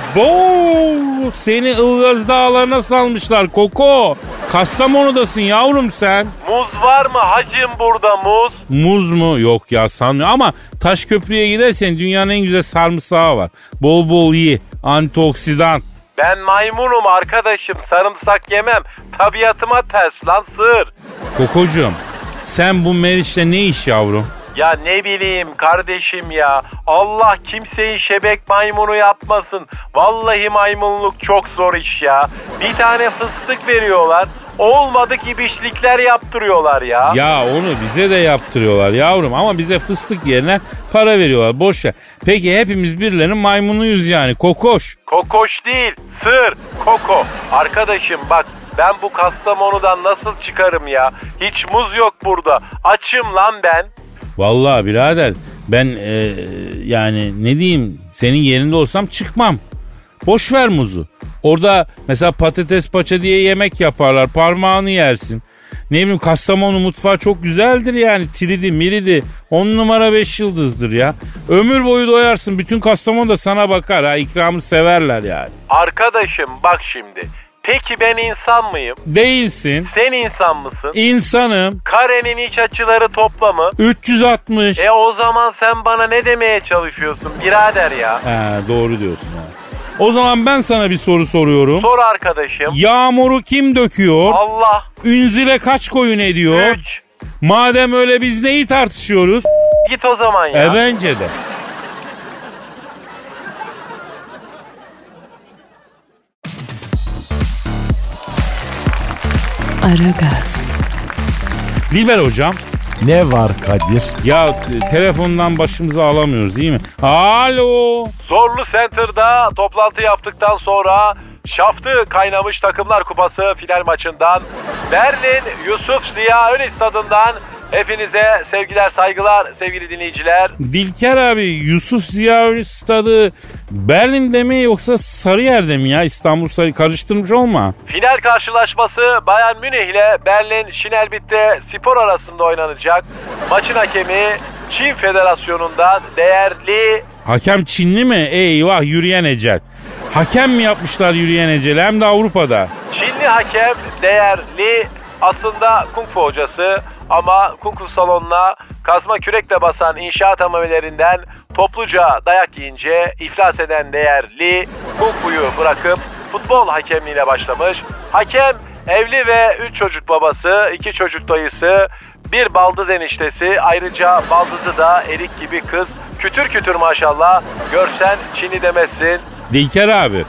Abo! Seni Ilgaz Dağları'na salmışlar Koko. Kastamonu'dasın yavrum sen. Muz var mı hacım burada, muz? Muz mu? Yok ya, sanmıyorum ama Taşköprü'ye gidersen dünyanın en güzel sarımsağı var. Bol bol ye. Antioksidan. Ben maymunum arkadaşım, sarımsak yemem. Tabiatıma ters lan, sığır. Kokocuğum sen bu Meriç'le ne iş yavrum? Ya ne bileyim kardeşim ya. Allah kimseyi şebek maymunu yapmasın. Vallahi maymunluk çok zor iş ya. Bir tane fıstık veriyorlar. Olmadık ibişlikler yaptırıyorlar ya. Ya onu bize de yaptırıyorlar yavrum ama bize fıstık yerine para veriyorlar. Boş ver. Peki hepimiz birilerinin maymunuyuz yani. Kokoş. Kokoş değil, sığır, Koko. Arkadaşım bak, ben bu Kastamonu'dan nasıl çıkarım ya? Hiç muz yok burada. Açım lan ben. Vallahi birader ben yani ne diyeyim, senin yerinde olsam çıkmam. Boş ver muzu. Orada mesela patates paça diye yemek yaparlar, parmağını yersin. Ne bileyim, Kastamonu mutfağı çok güzeldir yani, tridi miridi 10 numara 5 yıldızdır ya. Ömür boyu doyarsın, bütün Kastamonu da sana bakar ha, ikramı severler yani. Arkadaşım bak şimdi. Peki ben insan mıyım? Değilsin. Sen insan mısın? İnsanım. Karenin iç açıları toplamı 360. O zaman sen bana ne demeye çalışıyorsun birader ya? Doğru diyorsun ha. O zaman ben sana bir soru soruyorum. Sor arkadaşım. Yağmuru kim döküyor? Allah. Ünzile kaç koyun ediyor? 3. Madem öyle biz neyi tartışıyoruz? Git o zaman ya. Bence de. Aragaz. Dilber hocam. Ne var Kadir? Ya telefondan başımıza alamıyoruz değil mi? Alo. Zorlu Center'da toplantı yaptıktan sonra şaftı kaynamış Takımlar Kupası final maçından Berlin Yusuf Ziya Ön Stadı'ndan hepinize sevgiler saygılar sevgili dinleyiciler. Dilker abi, Yusuf Ziya Ön Stadı Berlin'de mi yoksa Sarıyer'de mi ya? İstanbul Sarı karıştırmış olma. Final karşılaşması Bayern Münih ile Berlin Schnellbitte Spor arasında oynanacak. Maçın hakemi Çin Federasyonu'ndan değerli... Hakem Çinli mi? Eyvah, yürüyen ecel. Hakem mi yapmışlar yürüyen eceli, hem de Avrupa'da? Çinli hakem değerli, aslında kung fu hocası ama kung fu salonuna kazma kürekle basan inşaat amelelerinden topluca dayak yiyince iflas eden değerli kung fu'yu bırakıp futbol hakemliğine başlamış. Hakem evli ve 3 çocuk babası, 2 çocuk dayısı, bir baldız eniştesi, ayrıca baldızı da erik gibi kız. Kütür kütür maşallah, görsen Çinli demezsin. Dilker abi,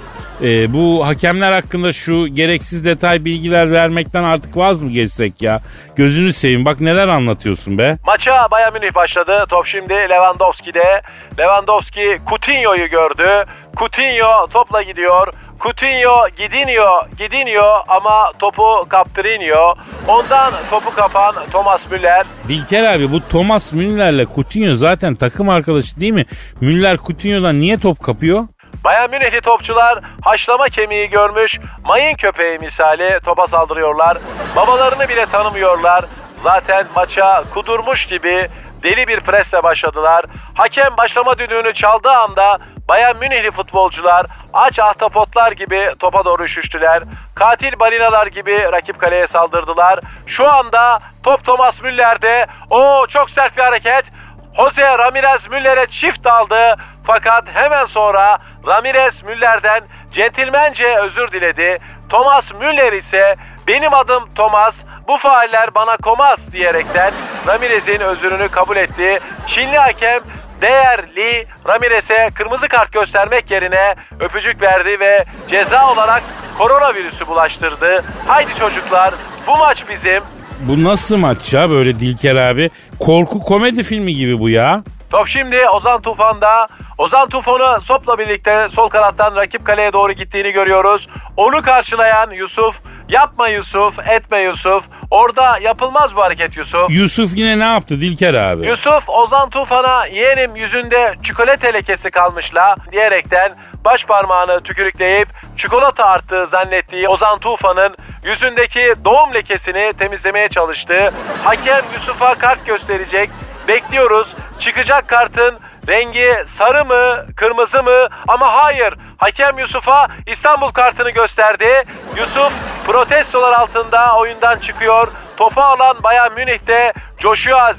bu hakemler hakkında şu gereksiz detay bilgiler vermekten artık vaz mı geçsek ya? Gözünü seveyim, bak neler anlatıyorsun be. Maça Bayern Münih başladı. Top şimdi Lewandowski'de. Lewandowski Coutinho'yu gördü. Coutinho topla gidiyor. Coutinho gidiniyor ama topu kaptırınıyor. Ondan topu kapan Thomas Müller. Dilker abi, bu Thomas Müller'le Coutinho zaten takım arkadaşı değil mi? Müller Coutinho'dan niye top kapıyor? Bayern Münihli topçular haşlama kemiği görmüş mayın köpeği misali topa saldırıyorlar. Babalarını bile tanımıyorlar. Zaten maça kudurmuş gibi deli bir presle başladılar. Hakem başlama düdüğünü çaldığı anda Bayern Münihli futbolcular aç ahtapotlar gibi topa doğru üşüştüler. Katil balinalar gibi rakip kaleye saldırdılar. Şu anda top Thomas Müller'de. Çok sert bir hareket. Jose Ramirez Müller'e çift aldı. Fakat hemen sonra Ramirez Müller'den centilmence özür diledi. Thomas Müller ise benim adım Thomas, bu fauller bana komaz diyerekten Ramirez'in özrünü kabul etti. Çinli hakem değerli Ramirez'e kırmızı kart göstermek yerine öpücük verdi ve ceza olarak koronavirüsü bulaştırdı. Haydi çocuklar, bu maç bizim. Bu nasıl maç ya böyle Dilker abi? Korku komedi filmi gibi bu ya. Top şimdi Ozan Tufan'da. Ozan Tufan'ı Sop'la birlikte sol kanattan rakip kaleye doğru gittiğini görüyoruz. Onu karşılayan Yusuf. Yapma Yusuf, etme Yusuf. Orada yapılmaz bu hareket Yusuf. Yusuf yine ne yaptı Dilker abi? Yusuf Ozan Tufan'a yeğenim yüzünde çikolata lekesi kalmışla diyerekten baş parmağını tükürükleyip çikolata arttığı zannettiği Ozan Tufan'ın yüzündeki doğum lekesini temizlemeye çalıştı. Hakem Yusuf'a kart gösterecek. Bekliyoruz. Çıkacak kartın rengi sarı mı, kırmızı mı? Ama hayır. Hakem Yusuf'a İstanbul kartını gösterdi. Yusuf protestolar altında oyundan çıkıyor. Topu alan Bayern Münih'te Joshua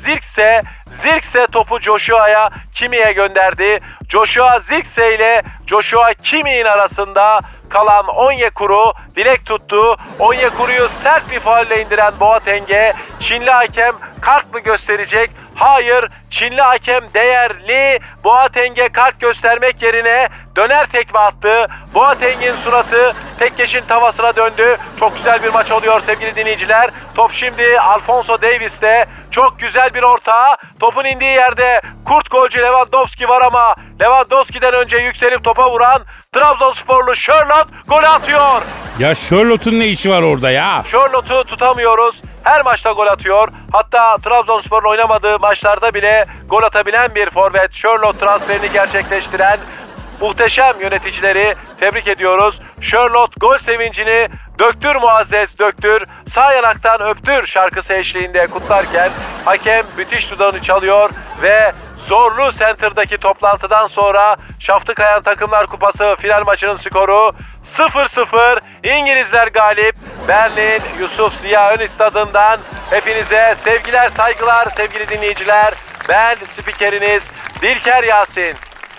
Zirkse topu Joshua'ya Kimmih'e gönderdi. Joshua Zirkse ile Joshua Kimmih'in arasında kalan Onyekuru dilek tuttu. Onyekuru'yu sert bir faulle indiren Boateng'e Çinli hakem kart mı gösterecek? Hayır, Çinli hakem değerli Boateng'e kart göstermek yerine döner tekme attı. Boateng'in suratı tekkeşin tavasına döndü. Çok güzel bir maç oluyor sevgili dinleyiciler. Top şimdi Alphonso Davies'te. Çok güzel bir orta. Topun indiği yerde kurt golcü Lewandowski var ama Lewandowski'den önce yükselip topa vuran Trabzonsporlu Charlotte gol atıyor. Ya Charlotte'un ne işi var orada ya? Charlotte'u tutamıyoruz. Her maçta gol atıyor. Hatta Trabzonspor'un oynamadığı maçlarda bile gol atabilen bir forvet. Charlotte transferini gerçekleştiren muhteşem yöneticileri tebrik ediyoruz. Charlotte gol sevincini döktür Muazzez döktür, sağ yanaktan öptür şarkısı eşliğinde kutlarken hakem müthiş dudağını çalıyor ve zorlu Center'daki toplantıdan sonra şaftı kayan Takımlar Kupası final maçının skoru 0-0. İngilizler galip. Berlin Yusuf Ziya Ön Stadı'ndan hepinize sevgiler saygılar sevgili dinleyiciler. Ben spikeriniz Dilker Yasin.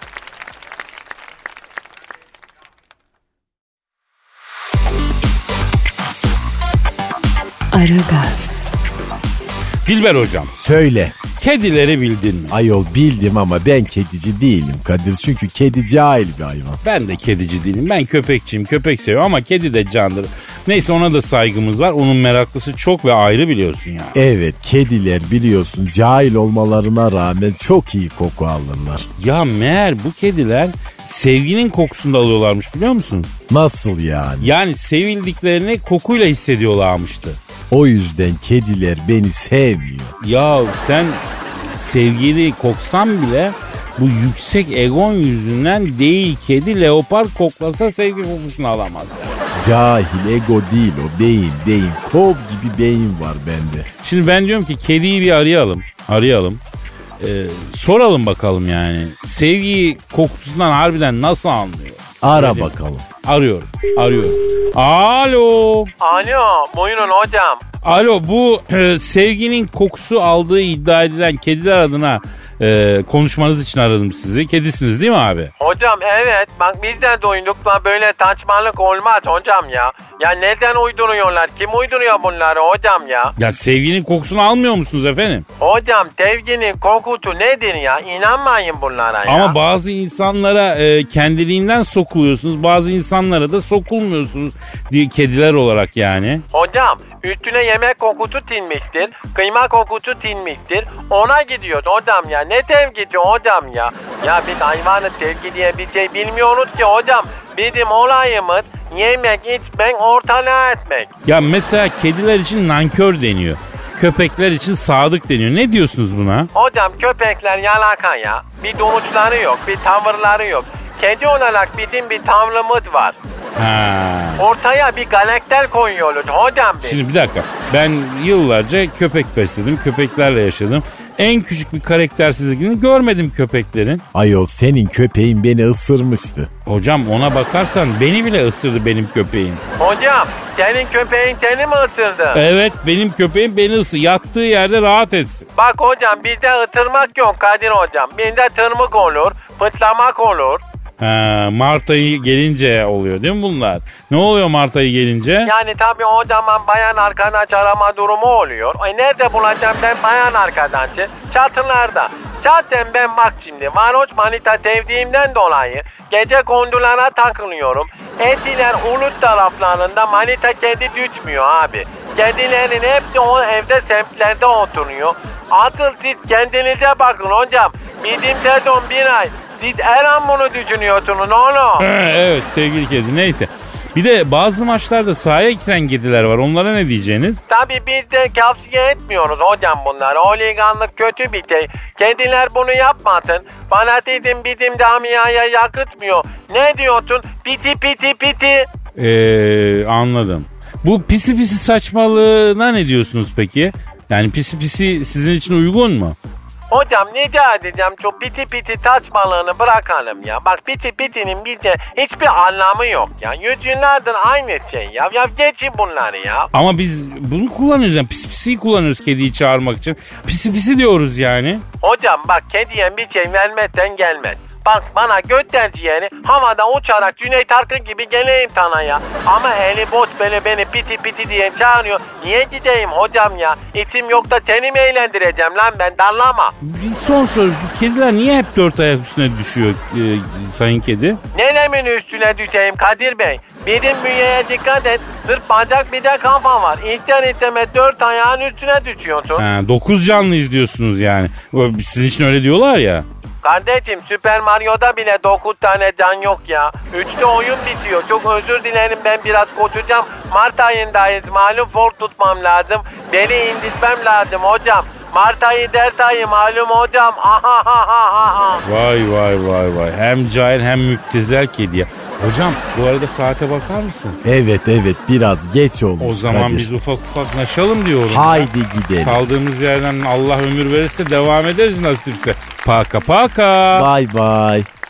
Aragaz. Dilber hocam. Söyle. Kedileri bildin mi? Ayol bildim ama ben kedici değilim Kadir. Çünkü kedi cahil bir hayvan. Ben de kedici değilim. Ben köpekçiyim. Köpek seviyorum ama kedi de candır. Neyse ona da saygımız var. Onun meraklısı çok ve ayrı biliyorsun yani. Evet, kediler biliyorsun cahil olmalarına rağmen çok iyi koku alırlar. Ya meğer bu kediler sevginin kokusunu da alıyorlarmış biliyor musun? Nasıl yani? Yani sevildiklerini kokuyla hissediyorlarmıştı. O yüzden kediler beni sevmiyor. Ya sen sevgili koksan bile bu yüksek egon yüzünden değil, kedi leopar koklasa sevgi kokusunu alamaz yani. Cahil, ego değil o, beyin. Kov gibi beyin var bende. Şimdi ben diyorum ki kediyi bir arayalım. Soralım bakalım yani. Sevgiyi kokusundan harbiden nasıl anlıyor? Ara bakalım. Arıyorum. Alo. Alo, buyurun hocam. Alo, bu sevginin kokusu aldığı iddia edilen kediler adına konuşmanız için aradım sizi. Kedisiniz değil mi abi? Hocam evet, bak biz de duyduk da böyle saçmalık olmaz hocam ya. Ya neden uyduruyorlar? Kim uyduruyor bunları hocam ya? Ya sevginin kokusunu almıyor musunuz efendim? Hocam sevginin kokusu nedir ya? İnanmayın bunlara ya. Ama bazı insanlara kendiliğinden sokuluyorsunuz. Bazı insanlara da sokulmuyorsunuz diye kediler olarak yani. Hocam üstüne yemek kokusu tinmiştir. Kıyma kokusu tinmiştir. Ona gidiyoruz hocam ya. Ne sevgisi hocam ya? Ya biz hayvanı sevgi diye bir şey bilmiyoruz ki hocam. Bizim olayımız yemek, içmek, ortalığa etmek. Ya mesela kediler için nankör deniyor. Köpekler için sadık deniyor. Ne diyorsunuz buna? Hocam köpekler yalaka ya. Bir duruşları yok, bir tavırları yok. Kedi olarak bizim bir tavrımız var. Ha. Ortaya bir karakter koyuyoruz hocam biz. Şimdi bir dakika. Ben yıllarca köpek besledim. Köpeklerle yaşadım. En küçük bir karaktersizliğini görmedim köpeklerin. Ayol, senin köpeğin beni ısırmıştı. Hocam ona bakarsan beni bile ısırdı benim köpeğim. Hocam senin köpeğin seni mi ısırdı? Evet, benim köpeğim beni ısırdı. Yattığı yerde rahat etsin. Bak hocam bizde ısırmak yok Kadir hocam. Bizde tırmık olur, pıtlamak olur. Ha, Mart ayı gelince oluyor değil mi bunlar? Ne oluyor Mart ayı gelince? Yani tabii o zaman bayan arkadaş arama durumu oluyor. Nerede bulacağım ben bayan arkadaşı? Çatılarda. Zaten ben bak şimdi varoş manita sevdiğimden dolayı gece kondulara takılıyorum. Etiler Ulus taraflarında manita kedi düşmüyor abi. Kedilerin hepsi o evde semtlerde oturuyor. Asıl siz kendinize bakın hocam. Bizim sezon bir ay. Siz her an bunu düşünüyorsunuz oğlum. Evet sevgili kedi, neyse. Bir de bazı maçlarda sahaya giren kediler var. Onlara ne diyeceğiniz? Tabii biz de tavsiye etmiyoruz hocam bunları. Holiganlık kötü bir şey. Kediler bunu yapmasın. Bana dedim bizim camiaya yakıtmıyor. Ne diyorsun? Piti piti piti. Anladım. Bu pisi pisi saçmalığına ne diyorsunuz peki? Yani pisi pisi sizin için uygun mu? Hocam rica edeceğim şu piti piti saçmalığını bırakalım ya. Bak piti pitinin bizde hiçbir anlamı yok ya. Yüzyıllardır aynı şey ya. Ya geçin bunları ya. Ama biz bunu kullanıyoruz yani pisi pisiyi kullanıyoruz kediyi çağırmak için. Pisi pisi diyoruz yani. Hocam bak kediye bir şey vermezsen gelmez. Bak bana göt tercihini havada uçarak Cüneyt Arkın gibi geleyim sana ya. Ama eli boş böyle beni piti piti diye çağırıyor. Niye gideyim hocam ya? İtim yok da seni mi eğlendireceğim lan ben, darlama. Bir son soru. Bu kediler niye hep dört ayak üstüne düşüyor sayın kedi? Nenemin üstüne düşeyim Kadir Bey? Benim bünyeye dikkat et. Sırf bacak bir de kafa var. İster istemez dört ayağın üstüne düşüyorsun. Ha, 9 canlı izliyorsunuz yani. Sizin için öyle diyorlar ya. Kardeşim Süper Mario'da bile 9 tane can yok ya. 3'te oyun bitiyor. Çok özür dilerim, ben biraz koşacağım. Mart ayındayız. Malum Ford tutmam lazım. Beni indirmem lazım hocam. Mart ayı ders ayı malum hocam. Vay. Hem cahil hem müptezel kedi ya. Hocam bu arada saate bakar mısın? Evet biraz geç olmuş. O zaman Kadir. biz ufak naşalım diyorum. Haydi gidelim. Kaldığımız yerden Allah ömür verirse devam ederiz nasipse. Paka. Bye.